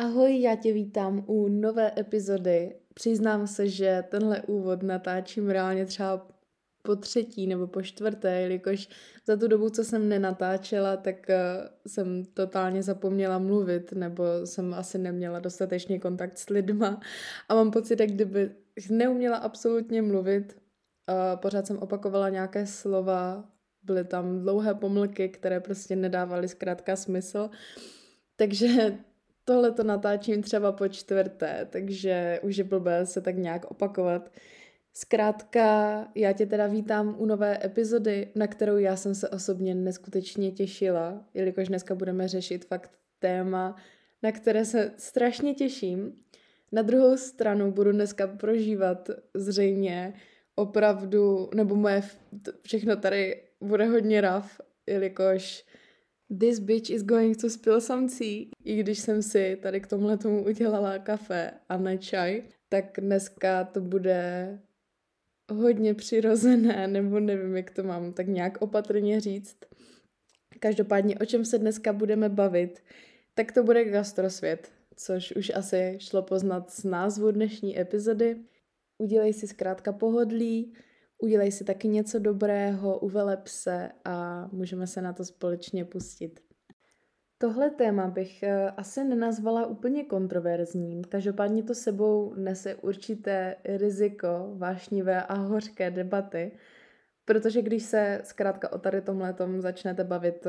Ahoj, já tě vítám u nové epizody. Přiznám se, že tenhle úvod natáčím reálně třeba po třetí nebo po čtvrté, jelikož za tu dobu, co jsem nenatáčela, tak jsem totálně zapomněla mluvit, nebo jsem asi neměla dostatečný kontakt s lidma a mám pocit, jak kdyby neuměla absolutně mluvit. Pořád jsem opakovala nějaké slova, byly tam dlouhé pomlky, které prostě nedávaly zkrátka smysl. Takže tohle to natáčím třeba po čtvrté, takže už je blbé se tak nějak opakovat. Zkrátka, já tě teda vítám u nové epizody, na kterou já jsem se osobně neskutečně těšila, jelikož dneska budeme řešit fakt téma, na které se strašně těším. Na druhou stranu budu dneska prožívat zřejmě opravdu, nebo všechno tady bude hodně rough, jelikož this bitch is going to spill some tea. I když jsem si tady k tomu udělala kafe a ne čaj, tak dneska to bude hodně přirozené, nebo nevím, jak to mám tak nějak opatrně říct. Každopádně, o čem se dneska budeme bavit, tak to bude gastrosvět, což už asi šlo poznat z názvu dnešní epizody. Udělej si zkrátka pohodlí, udělej si taky něco dobrého, uveleb se a můžeme se na to společně pustit. Tohle téma bych asi nenazvala úplně kontroverzním, každopádně to sebou nese určité riziko vášnivé a hořké debaty, protože když se zkrátka o tady tomhletom začnete bavit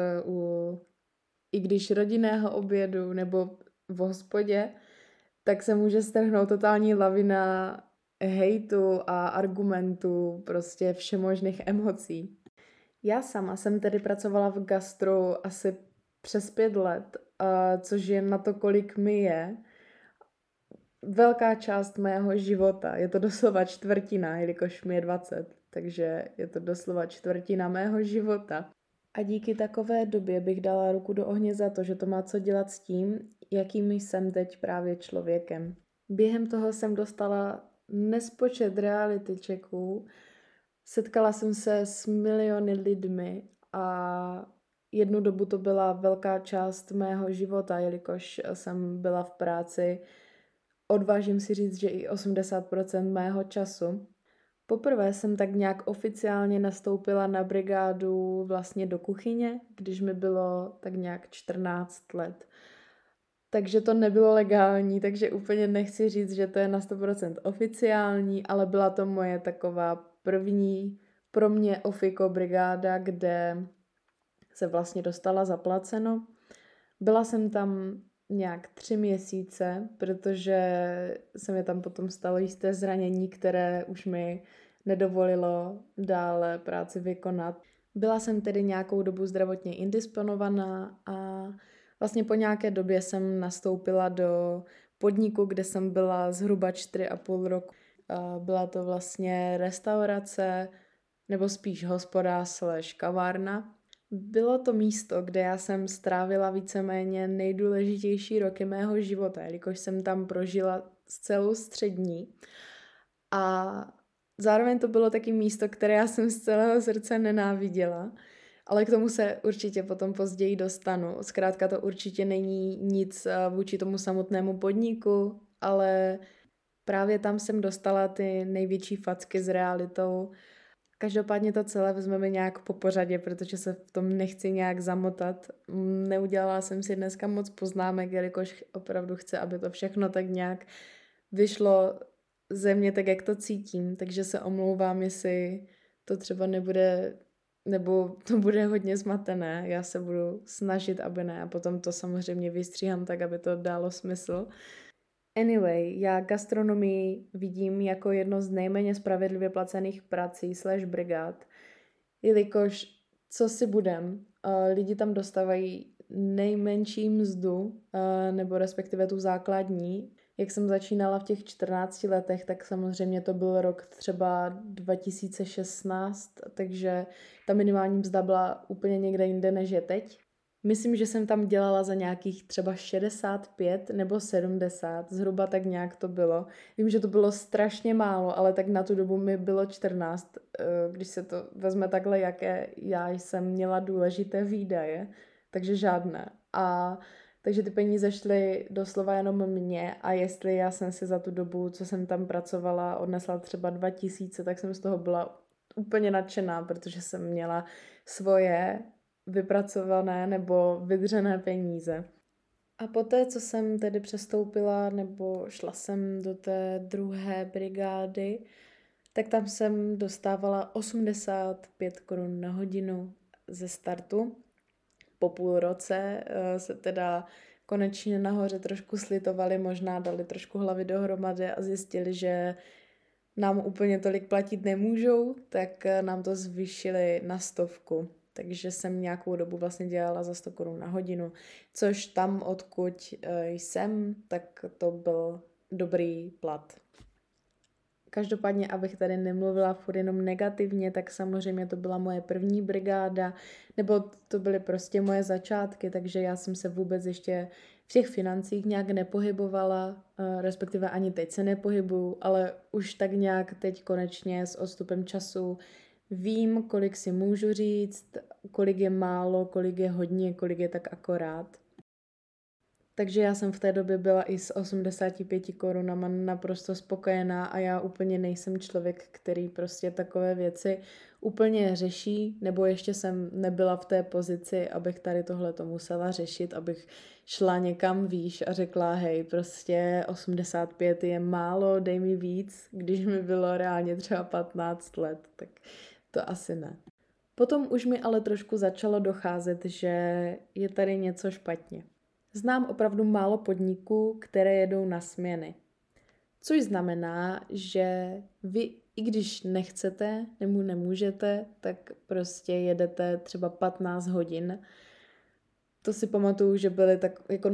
i když rodinného obědu nebo v hospodě, tak se může strhnout totální lavina hejtu a argumentů, prostě všemožných emocí. Já sama jsem tedy pracovala v gastru asi přes 5 let, což je na to, kolik mi je. Velká část mého života, je to doslova čtvrtina, jelikož mi je 20, takže je to doslova čtvrtina mého života. A díky takové době bych dala ruku do ohně za to, že to má co dělat s tím, jakým jsem teď právě člověkem. Během toho jsem dostala nespočet reality checků, setkala jsem se s miliony lidmi a jednu dobu to byla velká část mého života, jelikož jsem byla v práci, odvážím si říct, že i 80% mého času. Poprvé jsem tak nějak oficiálně nastoupila na brigádu vlastně do kuchyně, když mi bylo tak nějak 14 let. Takže to nebylo legální, takže úplně nechci říct, že to je na 100% oficiální, ale byla to moje taková první pro mě ofiko brigáda, kde se vlastně dostala zaplaceno. Byla jsem tam nějak 3 měsíce, protože se mi tam potom stalo jisté zranění, které už mi nedovolilo dále práci vykonat. Byla jsem tedy nějakou dobu zdravotně indisponovaná a vlastně po nějaké době jsem nastoupila do podniku, kde jsem byla zhruba 4,5 roku. Byla to vlastně restaurace, nebo spíš hospoda / kavárna. Bylo to místo, kde já jsem strávila víceméně nejdůležitější roky mého života, jelikož jsem tam prožila celou střední. A zároveň to bylo taky místo, které já jsem z celého srdce nenáviděla, ale k tomu se určitě potom později dostanu. Zkrátka to určitě není nic vůči tomu samotnému podniku, ale právě tam jsem dostala ty největší facky s realitou. Každopádně to celé vezmeme nějak po pořadě, protože se v tom nechci nějak zamotat. Neudělala jsem si dneska moc poznámek, jelikož opravdu chci, aby to všechno tak nějak vyšlo ze mě tak, jak to cítím. Takže se omlouvám, jestli to třeba nebude, nebo to bude hodně zmatené. Já se budu snažit, aby ne. A potom to samozřejmě vystříhám tak, aby to dalo smysl. Anyway, já gastronomii vidím jako jedno z nejméně spravedlivě placených prací / brigád, jelikož, co si budem, lidi tam dostávají nejmenší mzdu, nebo respektive tu základní. Jak jsem začínala v těch 14 letech, tak samozřejmě to byl rok třeba 2016, takže ta minimální mzda byla úplně někde jinde, než je teď. Myslím, že jsem tam dělala za nějakých třeba 65 nebo 70, zhruba tak nějak to bylo. Vím, že to bylo strašně málo, ale tak na tu dobu mi bylo 14, když se to vezme takhle, jaké já jsem měla důležité výdaje, takže žádné. A Takže ty peníze šly doslova jenom mně a jestli já jsem si za tu dobu, co jsem tam pracovala, odnesla třeba 2000, tak jsem z toho byla úplně nadšená, protože jsem měla svoje vypracované nebo vydřené peníze. A poté, co jsem tedy přestoupila nebo šla jsem do té druhé brigády, tak tam jsem dostávala 85 korun na hodinu ze startu. Po půl roce se teda konečně nahoře trošku slitovali, možná dali trošku hlavy dohromady a zjistili, že nám úplně tolik platit nemůžou, tak nám to zvýšili na 100. Takže jsem nějakou dobu vlastně dělala za 100 korun na hodinu, což tam, odkud jsem, tak to byl dobrý plat. Každopádně, abych tady nemluvila furt jenom negativně, tak samozřejmě to byla moje první brigáda, nebo to byly prostě moje začátky, takže já jsem se vůbec ještě v těch financích nějak nepohybovala, respektive ani teď se nepohybuju, ale už tak nějak teď konečně s odstupem času vím, kolik si můžu říct, kolik je málo, kolik je hodně, kolik je tak akorát. Takže já jsem v té době byla i s 85 korunama naprosto spokojená a já úplně nejsem člověk, který prostě takové věci úplně řeší, nebo ještě jsem nebyla v té pozici, abych tady tohleto musela řešit, abych šla někam výš a řekla, hej, prostě 85 je málo, dej mi víc, když mi bylo reálně třeba 15 let, tak to asi ne. Potom už mi ale trošku začalo docházet, že je tady něco špatně. Znám opravdu málo podniků, které jedou na směny. Což znamená, že vy, i když nechcete nebo nemůžete, tak prostě jedete třeba 15 hodin. To si pamatuju, že byly tak jako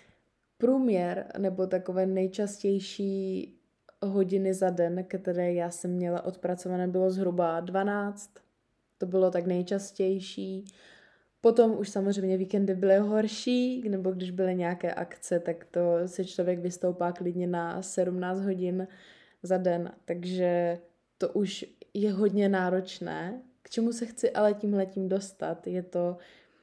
průměr nebo takové nejčastější hodiny za den, které já jsem měla odpracované, bylo zhruba 12. To bylo tak nejčastější. Potom už samozřejmě víkendy byly horší, nebo když byly nějaké akce, tak to se člověk vystoupá klidně na 17 hodin za den, takže to už je hodně náročné. K čemu se chci ale tímhletím dostat, je to,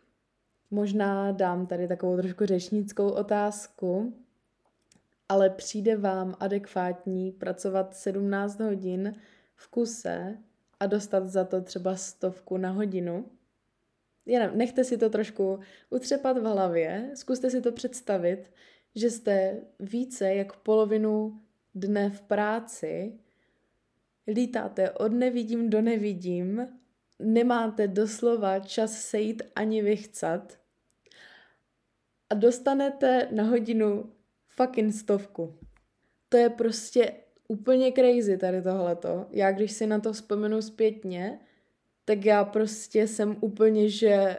možná dám tady takovou trošku řečnickou otázku, ale přijde vám adekvátní pracovat 17 hodin v kuse a dostat za to třeba 100 na hodinu? Jenom nechte si to trošku utřepat v hlavě, zkuste si to představit, že jste více jak polovinu dne v práci, lítáte od nevidím do nevidím, nemáte doslova čas sejít ani vychcat a dostanete na hodinu fucking 100. To je prostě úplně crazy tady tohleto. Já když si na to vzpomenu zpětně, tak já prostě jsem úplně, že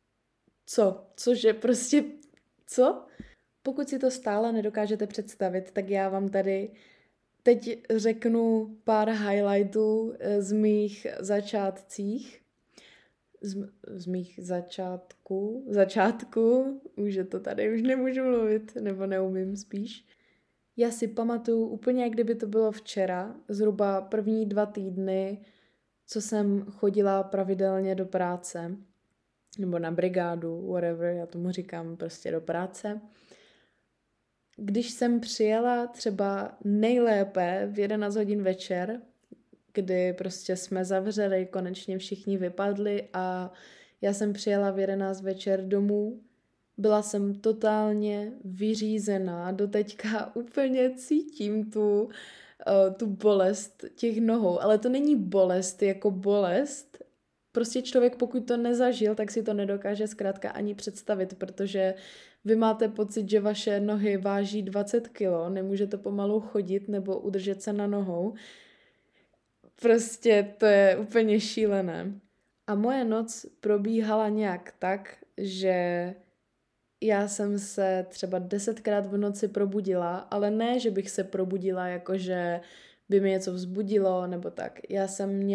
cože prostě, co? Pokud si to stále nedokážete představit, tak já vám tady teď řeknu pár highlightů z mých začátcích, z mých začátku, už je to tady, už nemůžu mluvit, nebo neumím spíš. Já si pamatuju úplně, jak kdyby to bylo včera, zhruba první 2 týdny, co jsem chodila pravidelně do práce, nebo na brigádu, whatever, já tomu říkám prostě do práce. Když jsem přijela třeba nejlépe v 11 hodin večer, kdy prostě jsme zavřeli, konečně všichni vypadli a já jsem přijela v 11 večer domů, byla jsem totálně vyřízená, doteďka úplně cítím tu bolest těch nohou, ale to není bolest jako bolest, prostě člověk pokud to nezažil, tak si to nedokáže zkrátka ani představit, protože vy máte pocit, že vaše nohy váží 20 kg, nemůžete pomalu chodit nebo udržet se na nohou. Prostě to je úplně šílené. A moje noc probíhala nějak tak, že já jsem se třeba 10krát v noci probudila, ale ne, že bych se probudila, jakože by mi něco vzbudilo, nebo tak. Já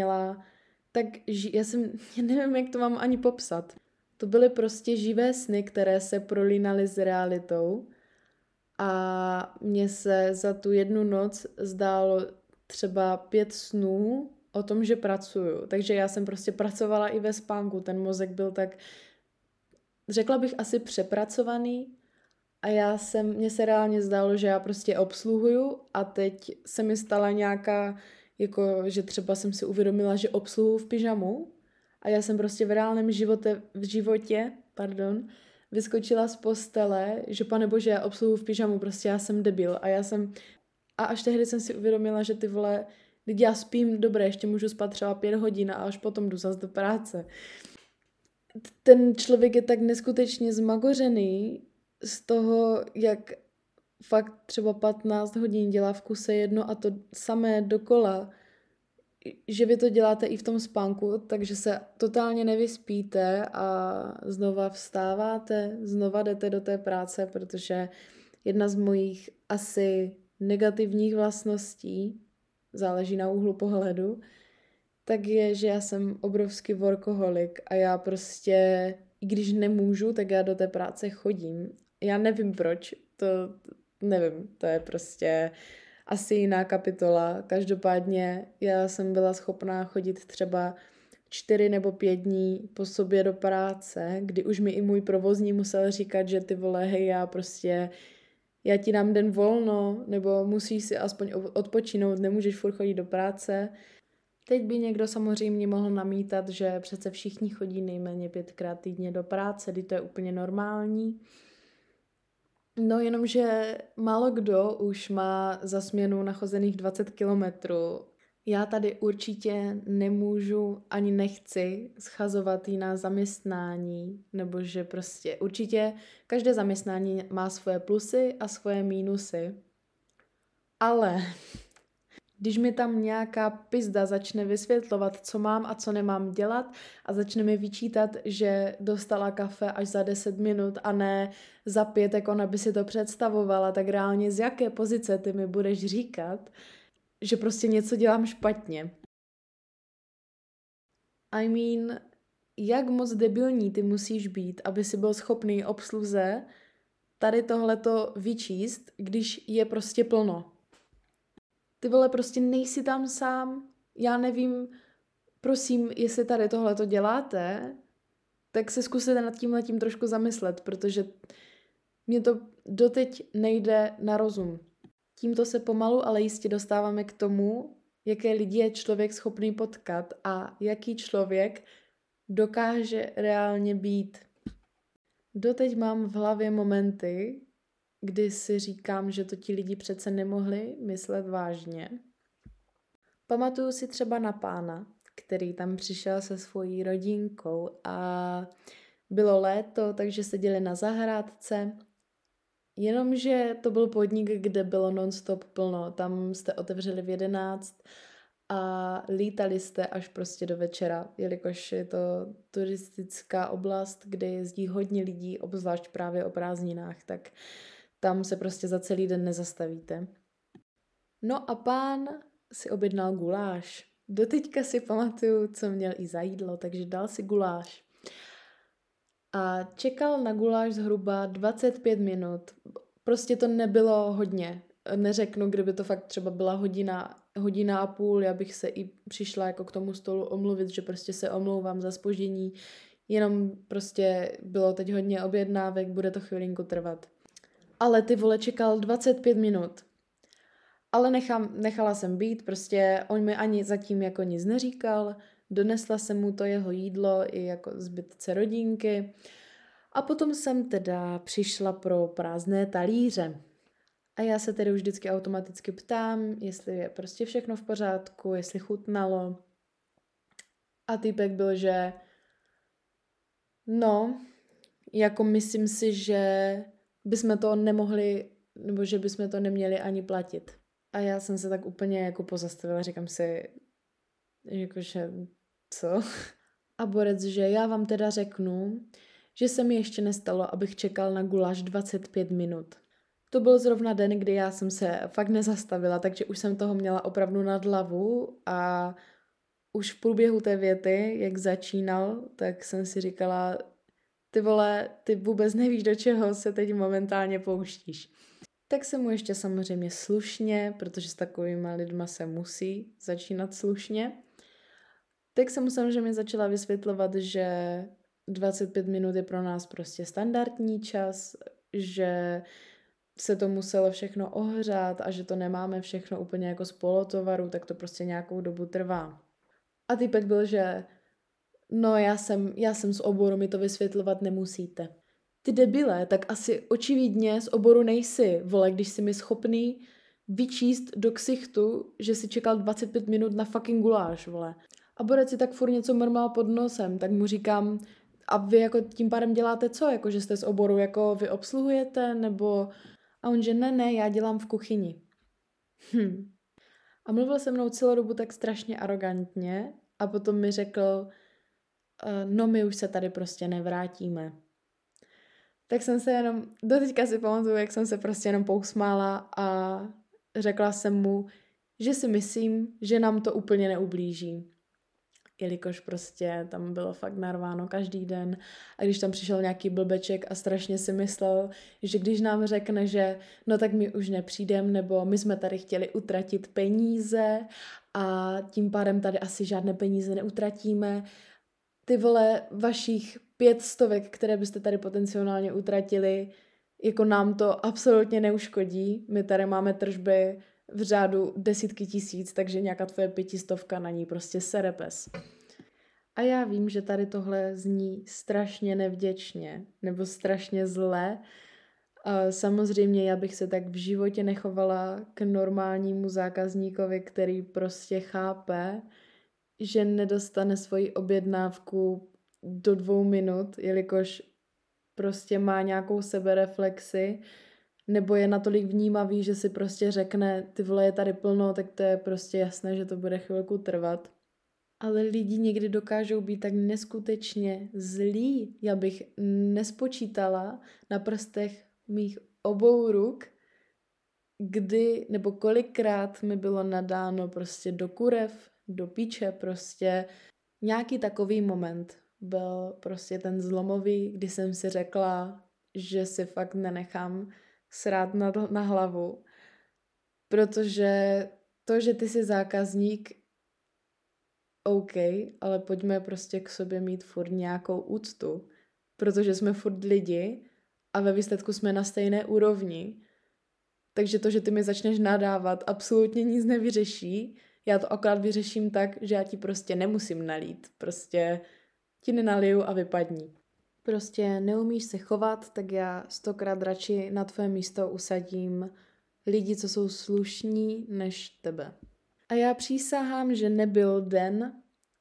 nevím, jak to mám ani popsat. To byly prostě živé sny, které se prolínaly s realitou a mně se za tu jednu noc zdálo třeba 5 snů o tom, že pracuju. Takže já jsem prostě pracovala i ve spánku. Ten mozek byl tak, řekla bych, asi přepracovaný A mně se reálně zdálo, že já prostě obsluhuju a teď se mi stala nějaká, jako, že třeba jsem si uvědomila, že obsluhuju v pyžamu a já jsem prostě v reálném životě, vyskočila z postele, že panebože, já obsluhuju v pyžamu, prostě já jsem debil a až tehdy jsem si uvědomila, že ty vole, teď já spím, dobré, ještě můžu spát třeba 5 hodin a až potom jdu zase do práce. Ten člověk je tak neskutečně zmagořený z toho, jak fakt třeba 15 hodin dělá v kuse jedno a to samé dokola, že vy to děláte i v tom spánku, takže se totálně nevyspíte a znova vstáváte, znova jdete do té práce, protože jedna z mojich asi negativních vlastností, záleží na úhlu pohledu, tak je, že já jsem obrovský workoholik a já prostě, i když nemůžu, tak já do té práce chodím. Já nevím proč, to nevím, to je prostě asi jiná kapitola. Každopádně já jsem byla schopná chodit třeba 4 nebo 5 dní po sobě do práce, kdy už mi i můj provozní musel říkat, že ty vole, hej, já ti dám den volno, nebo musíš si aspoň odpočinout, nemůžeš furt chodit do práce. Teď by někdo samozřejmě mohl namítat, že přece všichni chodí nejméně 5krát týdně do práce, kdy to je úplně normální. No jenomže málo kdo už má za směnu nachozených 20 kilometrů. Já tady určitě nemůžu ani nechci schazovat jiná zaměstnání, nebo že prostě určitě každé zaměstnání má svoje plusy a svoje mínusy. Ale když mi tam nějaká pizda začne vysvětlovat, co mám a co nemám dělat a začne mi vyčítat, že dostala kafe až za 10 minut a ne za 5, jak ona by si to představovala, tak reálně z jaké pozice ty mi budeš říkat, že prostě něco dělám špatně. I mean, jak moc debilní ty musíš být, aby si byl schopný obsluze tady tohleto vyčíst, když je prostě plno. Ty vole, prostě nejsi tam sám, já nevím, prosím, jestli tady tohleto děláte, tak se zkuste nad tímhletím trošku zamyslet, protože mě to doteď nejde na rozum. Tímto se pomalu, ale jistě dostáváme k tomu, jaké lidi je člověk schopný potkat a jaký člověk dokáže reálně být. Doteď mám v hlavě momenty, kdy si říkám, že to ti lidi přece nemohli myslet vážně. Pamatuju si třeba na pána, který tam přišel se svojí rodinkou a bylo léto, takže seděli na zahrádce. Jenomže to byl podnik, kde bylo non-stop plno. Tam jste otevřeli v 11 a lítali jste až prostě do večera, jelikož je to turistická oblast, kde jezdí hodně lidí, obzvlášť právě o prázdninách, tak tam se prostě za celý den nezastavíte. No a pán si objednal guláš. Doteďka si pamatuju, co měl i za jídlo, takže dal si guláš. A čekal na guláš zhruba 25 minut. Prostě to nebylo hodně. Neřeknu, kdyby to fakt třeba byla hodina a půl, já bych se i přišla jako k tomu stolu omluvit, že prostě se omlouvám za zpoždění. Jenom prostě bylo teď hodně objednávek, bude to chvilinku trvat. Ale ty vole, čekal 25 minut. Ale nechala jsem být, prostě on mi ani zatím jako nic neříkal, donesla jsem mu to jeho jídlo i jako zbytce rodinky a potom jsem teda přišla pro prázdné talíře. A já se tedy už vždycky automaticky ptám, jestli je prostě všechno v pořádku, jestli chutnalo. A týpek byl, že no, jako myslím si, že bychom to nemohli, nebo že bychom to neměli ani platit. A já jsem se tak úplně jako pozastavila, říkám si, jakože co? A borec, že já vám teda řeknu, že se mi ještě nestalo, abych čekal na guláš 25 minut. To byl zrovna den, kdy já jsem se fakt nezastavila, takže už jsem toho měla opravdu nad hlavu a už v průběhu té věty, jak začínal, tak jsem si říkala, ty vole, ty vůbec nevíš, do čeho se teď momentálně pouštíš. Tak jsem mu ještě samozřejmě slušně, protože s takovými lidma se musí začínat slušně, tak jsem mu samozřejmě začala vysvětlovat, že 25 minut je pro nás prostě standardní čas, že se to muselo všechno ohřát a že to nemáme všechno úplně jako z polotovaru, tak to prostě nějakou dobu trvá. A týpek byl, že no já jsem z oboru, mi to vysvětlovat nemusíte. Ty debile, tak asi očividně z oboru nejsi, vole, když jsi mi schopný vyčíst do ksichtu, že si čekal 25 minut na fucking guláš, vole. A Borec si tak furt něco mrmál pod nosem, tak mu říkám, a vy jako tím pádem děláte co? Jako, že jste z oboru, jako vy obsluhujete, nebo... A on, že ne, já dělám v kuchyni. A mluvil se mnou celou dobu tak strašně arrogantně a potom mi řekl, no my už se tady prostě nevrátíme. Tak jsem se jenom, doteďka si pamatuju, jak jsem se prostě jenom pousmála a řekla jsem mu, že si myslím, že nám to úplně neublíží. Jelikož prostě tam bylo fakt narváno každý den a když tam přišel nějaký blbeček a strašně si myslel, že když nám řekne, že no tak my už nepřijdem, nebo my jsme tady chtěli utratit peníze a tím pádem tady asi žádné peníze neutratíme. Ty vole, vašich 500, které byste tady potenciálně utratili, jako nám to absolutně neuškodí. My tady máme tržby v řádu desítky tisíc, takže nějaká tvoje 500 na ní prostě sere pes. A já vím, že tady tohle zní strašně nevděčně nebo strašně zle. Samozřejmě já bych se tak v životě nechovala k normálnímu zákazníkovi, který prostě chápe, že nedostane svoji objednávku do 2 minut, jelikož prostě má nějakou sebereflexi, nebo je natolik vnímavý, že si prostě řekne, ty vole, je tady plno, tak to je prostě jasné, že to bude chvilku trvat. Ale lidi někdy dokážou být tak neskutečně zlí. Já bych nespočítala na prstech mých obou ruk, kdy nebo kolikrát mi bylo nadáno prostě do kurev, do píče, prostě nějaký takový moment byl prostě ten zlomový, kdy jsem si řekla, že si fakt nenechám srát na hlavu, protože to, že ty jsi zákazník, OK, ale pojďme prostě k sobě mít furt nějakou úctu, protože jsme furt lidi a ve výsledku jsme na stejné úrovni. Takže to, že ty mi začneš nadávat, absolutně nic nevyřeší. Já to akorát vyřeším tak, že já ti prostě nemusím nalít. Prostě ti nenaliju a vypadni. Prostě neumíš se chovat, tak já 100krát radši na tvoje místo usadím lidi, co jsou slušní, než tebe. A já přísahám, že nebyl den,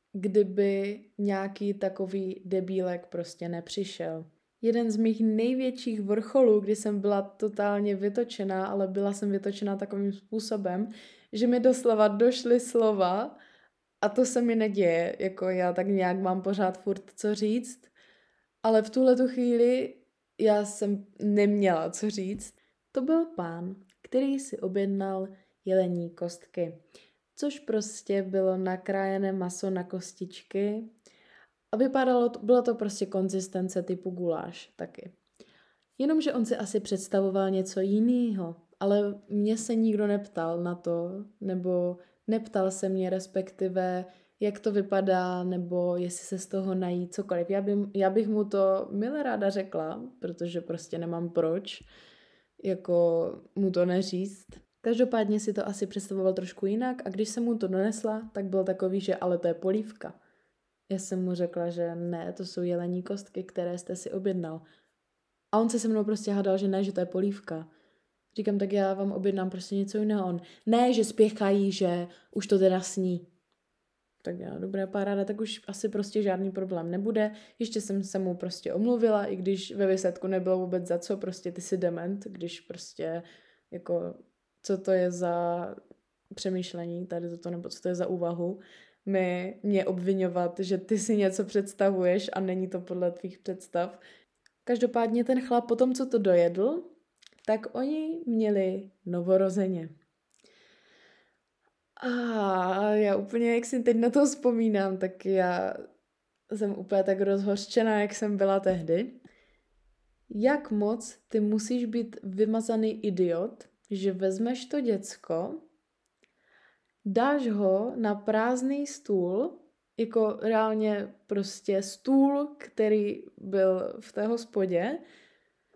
kdyby nějaký takový debílek prostě nepřišel. Jeden z mých největších vrcholů, kdy jsem byla totálně vytočená, ale byla jsem vytočená takovým způsobem, že mi doslova došly slova a to se mi neděje, jako já tak nějak mám pořád furt co říct, ale v tuhletu chvíli já jsem neměla co říct. To byl pán, který si objednal jelení kostky, což prostě bylo nakrájené maso na kostičky a bylo to prostě konzistence typu guláš taky. Jenomže on si asi představoval něco jiného, ale mě se nikdo neptal na to, nebo neptal se mě respektive, jak to vypadá, nebo jestli se z toho nají cokoliv. Já bych mu to milé ráda řekla, protože prostě nemám proč jako mu to neříct. Každopádně si to asi představoval trošku jinak a když jsem mu to donesla, tak byl takový, že ale to je polívka. Já jsem mu řekla, že ne, to jsou jelení kostky, které jste si objednal. A on se mnou prostě hádal, že ne, že to je polívka. Říkám, tak já vám objednám prostě něco jiného. On, ne, že spěchají, že už to teda sní. Tak já, dobré paráda, tak už asi prostě žádný problém nebude. Ještě jsem se mu prostě omluvila, i když ve výsledku nebylo vůbec za co, prostě ty jsi dement, když prostě jako, co to je za přemýšlení tady toto, nebo co to je za úvahu, mě obvinovat, že ty si něco představuješ a není to podle tvých představ. Každopádně ten chlap potom, co to dojedl, tak oni měli novorozeně. A já úplně, jak si teď na to vzpomínám, tak já jsem úplně tak rozhořčená, jak jsem byla tehdy. Jak moc ty musíš být vymazaný idiot, že vezmeš to děcko, dáš ho na prázdný stůl, jako reálně prostě stůl, který byl v té hospodě,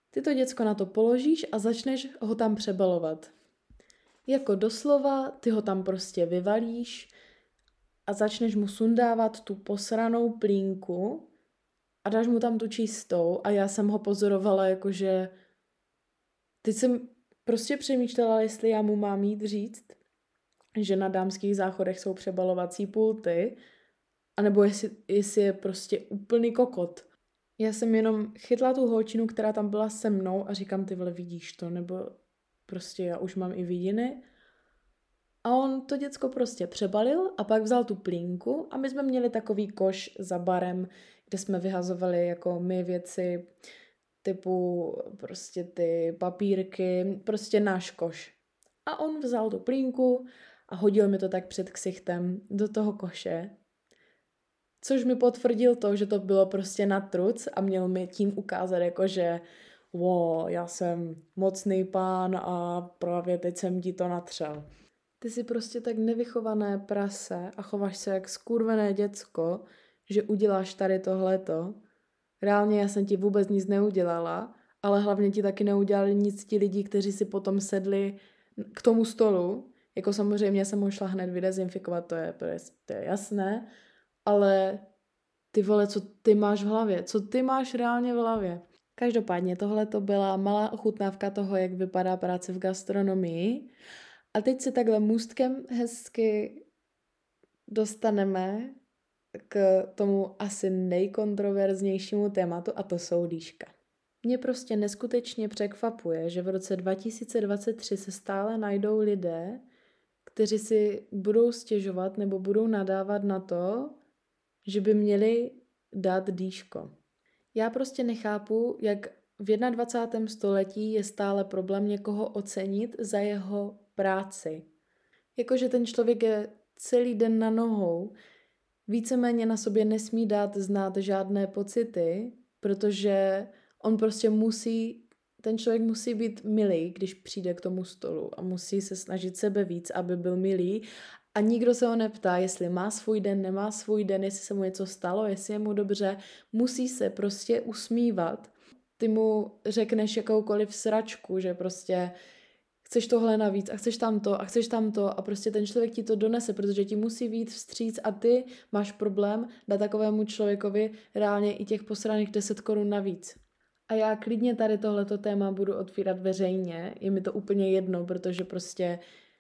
Ty to děcko na to položíš a začneš ho tam přebalovat. Jako doslova, ty ho tam prostě vyvalíš a začneš mu sundávat tu posranou plínku a dáš mu tam tu čistou a já jsem ho pozorovala jakože teď jsem prostě přemýšlela, jestli já mu mám jít říct, že na dámských záchodech jsou přebalovací pulty, anebo jestli je prostě úplný kokot. Já jsem jenom chytla tu holčinu, která tam byla se mnou a říkám, ty vole, vidíš to, nebo prostě já už mám i vidiny. A on to děcko prostě přebalil a pak vzal tu plínku a my jsme měli takový koš za barem, kde jsme vyhazovali jako my věci typu prostě ty papírky, prostě náš koš. A on vzal tu plínku a hodil mi to tak před ksichtem do toho koše, což mi potvrdil to, že to bylo prostě na truc a měl mi tím ukázat jako, že já jsem mocný pán a právě teď jsem ti to natřel. Ty jsi prostě tak nevychované prase a chováš se jak skurvené děcko, že uděláš tady tohleto. Reálně já jsem ti vůbec nic neudělala, ale hlavně ti taky neudělali nic ti lidi, kteří si potom sedli k tomu stolu. Jako samozřejmě jsem ho šla hned vydezinfikovat, to je jasné, ale ty vole, co ty máš v hlavě? Co ty máš reálně v hlavě? Každopádně tohle to byla malá ochutnávka toho, jak vypadá práce v gastronomii. A teď se takhle můstkem hezky dostaneme k tomu asi nejkontroverznějšímu tématu a to jsou dýška. Mě prostě neskutečně překvapuje, že v roce 2023 se stále najdou lidé, kteří si budou stěžovat nebo budou nadávat na to, že by měli dát dýško. Já prostě nechápu, jak v 21. století je stále problém někoho ocenit za jeho práci. Jakože ten člověk je celý den na nohou, víceméně na sobě nesmí dát znát žádné pocity, protože on prostě ten člověk musí být milý, když přijde k tomu stolu a musí se snažit sebe víc, aby byl milý a nikdo se ho neptá, jestli má svůj den, nemá svůj den, jestli se mu něco stalo, jestli je mu dobře, musí se prostě usmívat. Ty mu řekneš jakoukoliv sračku, že prostě chceš tohle navíc a chceš tamto a prostě ten člověk ti to donese, protože ti musí vyjít vstříc a ty máš problém dát takovému člověkovi reálně i těch posraných 10 korun navíc. A já klidně tady tohleto téma budu otvírat veřejně, je mi to úplně jedno, protože prostě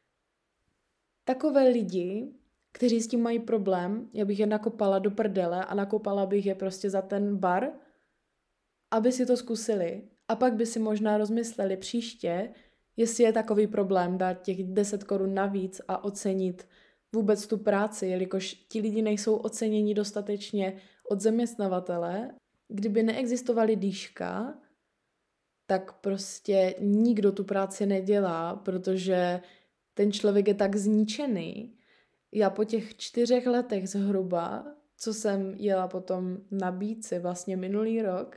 takové lidi, kteří s tím mají problém, já bych je nakopala do prdele a nakopala bych je prostě za ten bar, aby si to zkusili a pak by si možná rozmysleli příště, jestli je takový problém dát těch 10 korun navíc a ocenit vůbec tu práci, jelikož ti lidi nejsou oceněni dostatečně od zaměstnavatele. Kdyby neexistovaly dýška, tak prostě nikdo tu práci nedělá, protože ten člověk je tak zničený. Já po těch 4 letech zhruba, co jsem jela potom na Bíci vlastně minulý rok,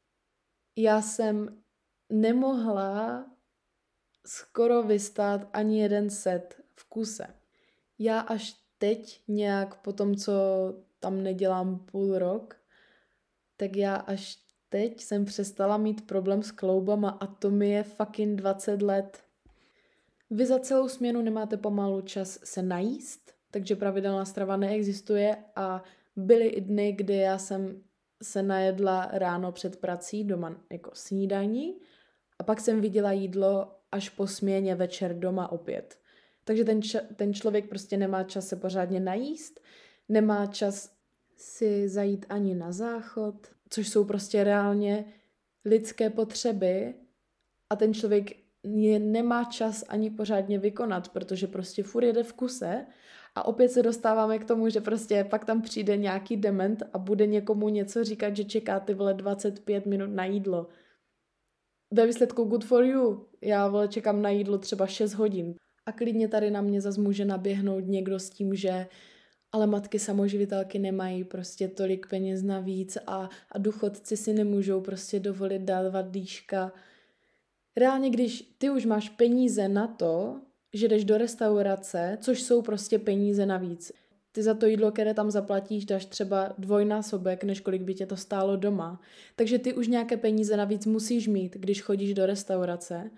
já jsem nemohla skoro vystát ani jeden set v kuse. Já až teď nějak po tom, co tam nedělám půl rok, tak já až teď jsem přestala mít problém s kloubama a to mi je fucking 20 let. Vy za celou směnu nemáte pomalu čas se najíst, takže pravidelná strava neexistuje a byly i dny, kdy já jsem se najedla ráno před prací doma jako snídaní a pak jsem viděla jídlo až po směně večer doma opět. Takže ten člověk prostě nemá čas se pořádně najíst, nemá čas si zajít ani na záchod, což jsou prostě reálně lidské potřeby a ten člověk nemá čas ani pořádně vykonat, protože prostě furt jede v kuse a opět se dostáváme k tomu, že prostě pak tam přijde nějaký dement a bude někomu něco říkat, že čeká ty vole 25 minut na jídlo. Ve výsledku good for you. Já vole čekám na jídlo třeba 6 hodin. A klidně tady na mě zas může naběhnout někdo s tím, že ale matky samoživitelky nemají prostě tolik peněz navíc a důchodci si nemůžou prostě dovolit dávat dýška. Reálně, když ty už máš peníze na to, že jdeš do restaurace, což jsou prostě peníze navíc. ty za to jídlo, které tam zaplatíš, dáš třeba dvojnásobek, než kolik by tě to stálo doma. Takže ty už nějaké peníze navíc musíš mít, když chodíš do restaurace.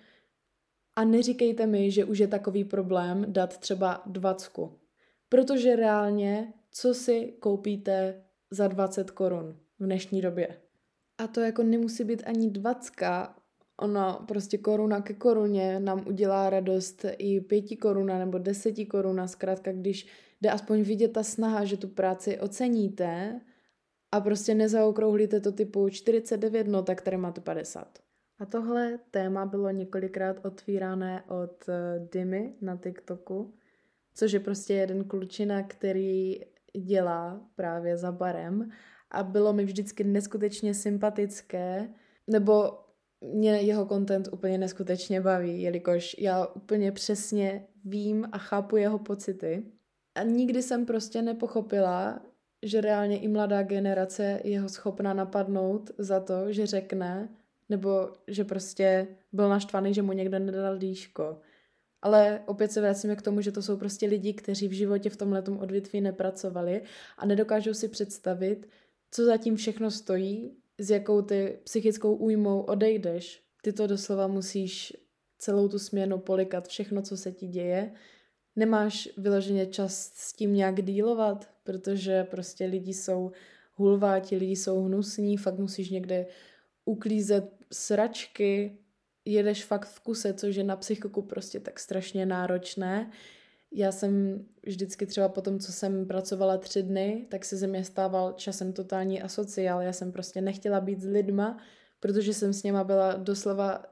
A neříkejte mi, že už je takový problém dát třeba 20. Protože reálně, co si koupíte za 20 korun v dnešní době? A to jako nemusí být ani 20. Ono prostě koruna ke koruně nám udělá radost i 5 koruna nebo 10 koruna. Zkrátka, když jde aspoň vidět ta snaha, že tu práci oceníte a prostě nezaokrouhlíte to typu 49, no tak tady máte 50. A tohle téma bylo několikrát otvírané od Dimy na TikToku, což je prostě jeden klučina, který dělá právě za barem a bylo mi vždycky neskutečně sympatické, nebo mě jeho content úplně neskutečně baví, jelikož já úplně přesně vím a chápu jeho pocity. A nikdy jsem prostě nepochopila, že reálně i mladá generace je ho schopna napadnout za to, že řekne, nebo že prostě byl naštvaný, že mu někdo nedal dýško. Ale opět se vracíme k tomu, že to jsou prostě lidi, kteří v životě v tomhletom odvětví nepracovali a nedokážou si představit, co zatím všechno stojí, s jakou ty psychickou újmou odejdeš. Ty to doslova musíš celou tu směnu polikat, všechno, co se ti děje. Nemáš vyloženě čas s tím nějak dílovat, protože prostě lidi jsou hulváti, lidi jsou hnusní, fakt musíš někde uklízet sračky, jedeš fakt v kuse, což je na psychiku prostě tak strašně náročné. Já jsem vždycky třeba po tom, co jsem pracovala 3 dny, tak se ze mě stával časem totální asociál. Já jsem prostě nechtěla být s lidma, protože jsem s něma byla doslova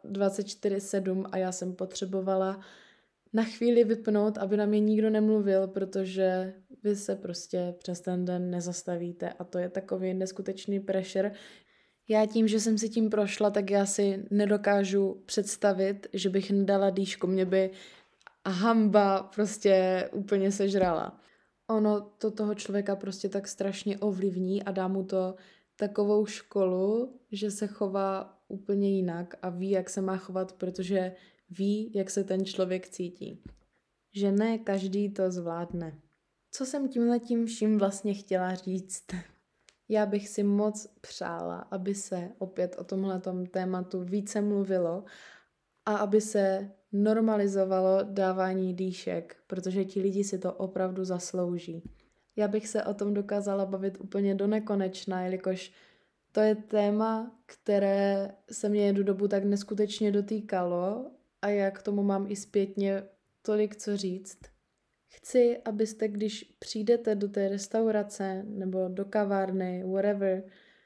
24/7 a já jsem potřebovala na chvíli vypnout, aby na mě nikdo nemluvil, protože vy se prostě přes ten den nezastavíte a to je takový neskutečný pressure. Já tím, že jsem si tím prošla, tak já si nedokážu představit, že bych nedala dýško. Mě by hamba prostě úplně sežrala. Ono to toho člověka prostě tak strašně ovlivní a dá mu to takovou školu, že se chová úplně jinak a ví, jak se má chovat, protože ví, jak se ten člověk cítí. Že ne každý to zvládne. Co jsem tímhletím vším vlastně chtěla říct? Já bych si moc přála, aby se opět o tomhletom tématu více mluvilo a aby se normalizovalo dávání dýšek, protože ti lidi si to opravdu zaslouží. Já bych se o tom dokázala bavit úplně do nekonečna, jelikož to je téma, které se mě jednu dobu tak neskutečně dotýkalo a já k tomu mám i zpětně tolik co říct. Chci, abyste, když přijdete do té restaurace nebo do kavárny, whatever,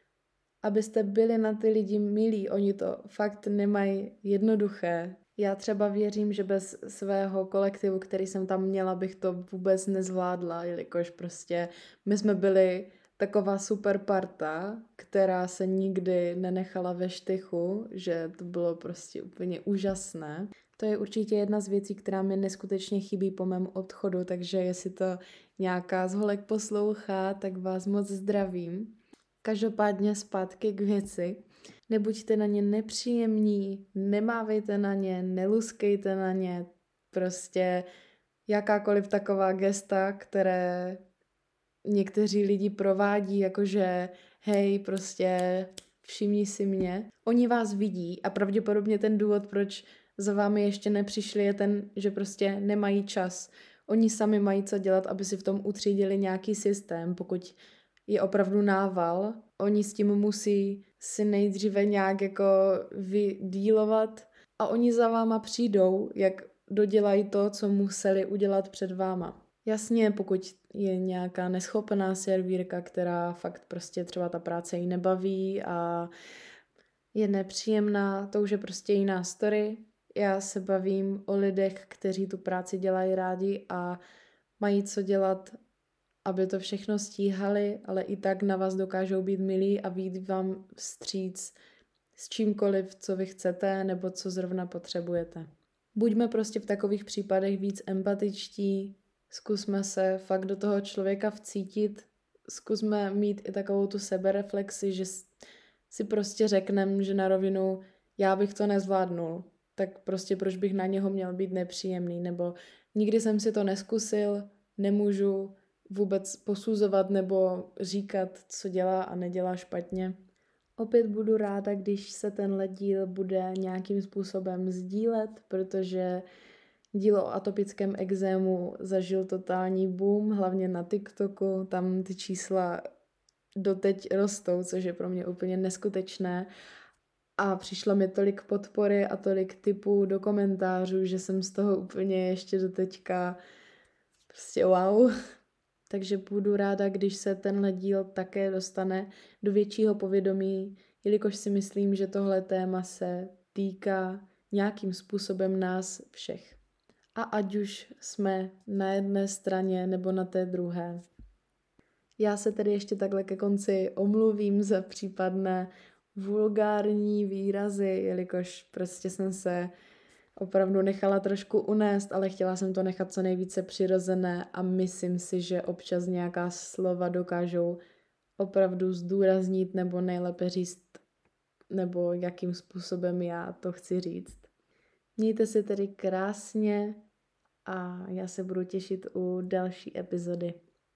abyste byli na ty lidi milí. Oni to fakt nemají jednoduché. Já třeba věřím, že bez svého kolektivu, který jsem tam měla, bych to vůbec nezvládla, jelikož prostě my jsme byli taková super parta, která se nikdy nenechala ve štychu, že to bylo prostě úplně úžasné. To je určitě jedna z věcí, která mi neskutečně chybí po mém odchodu, takže jestli to nějaká z holek poslouchá, tak vás moc zdravím. Každopádně zpátky k věci. Nebuďte na ně nepříjemní, nemávejte na ně, neluskejte na ně. Prostě jakákoliv taková gesta, které někteří lidi provádí, jakože hej, prostě všimni si mě. Oni vás vidí a pravděpodobně ten důvod, proč za vámi ještě nepřišli, je ten, že prostě nemají čas. Oni sami mají co dělat, aby si v tom utřídili nějaký systém. Pokud je opravdu nával, oni s tím musí si nejdříve nějak jako vydílovat a oni za váma přijdou, jak dodělají to, co museli udělat před váma. Jasně, pokud je nějaká neschopná servírka, která fakt prostě třeba ta práce jí nebaví a je nepříjemná, to už je prostě jiná story. Já se bavím o lidech, kteří tu práci dělají rádi a mají co dělat, aby to všechno stíhali, ale i tak na vás dokážou být milí a vyjít vám vstříc s čímkoliv, co vy chcete nebo co zrovna potřebujete. Buďme prostě v takových případech víc empatičtí, zkusme se fakt do toho člověka vcítit, zkusme mít i takovou tu sebereflexi, že si prostě řekneme, že na rovinu já bych to nezvládnul, tak prostě proč bych na něho měl být nepříjemný, nebo nikdy jsem si to neskusil, nemůžu, vůbec posuzovat nebo říkat, co dělá a nedělá špatně. Opět budu ráda, když se tenhle díl bude nějakým způsobem sdílet, protože díl o atopickém ekzému zažil totální boom, hlavně na TikToku, tam ty čísla doteď rostou, což je pro mě úplně neskutečné. A přišlo mi tolik podpory a tolik tipů do komentářů, že jsem z toho úplně ještě doteďka prostě wow. Takže budu ráda, když se tenhle díl také dostane do většího povědomí, jelikož si myslím, že tohle téma se týká nějakým způsobem nás všech. A ať už jsme na jedné straně nebo na té druhé. Já se tedy ještě takhle ke konci omluvím za případné vulgární výrazy, jelikož prostě jsem se opravdu nechala trošku unést, ale chtěla jsem to nechat co nejvíce přirozené a myslím si, že občas nějaká slova dokážou opravdu zdůraznit nebo nejlépe říct, nebo jakým způsobem já to chci říct. Mějte se tedy krásně a já se budu těšit u další epizody.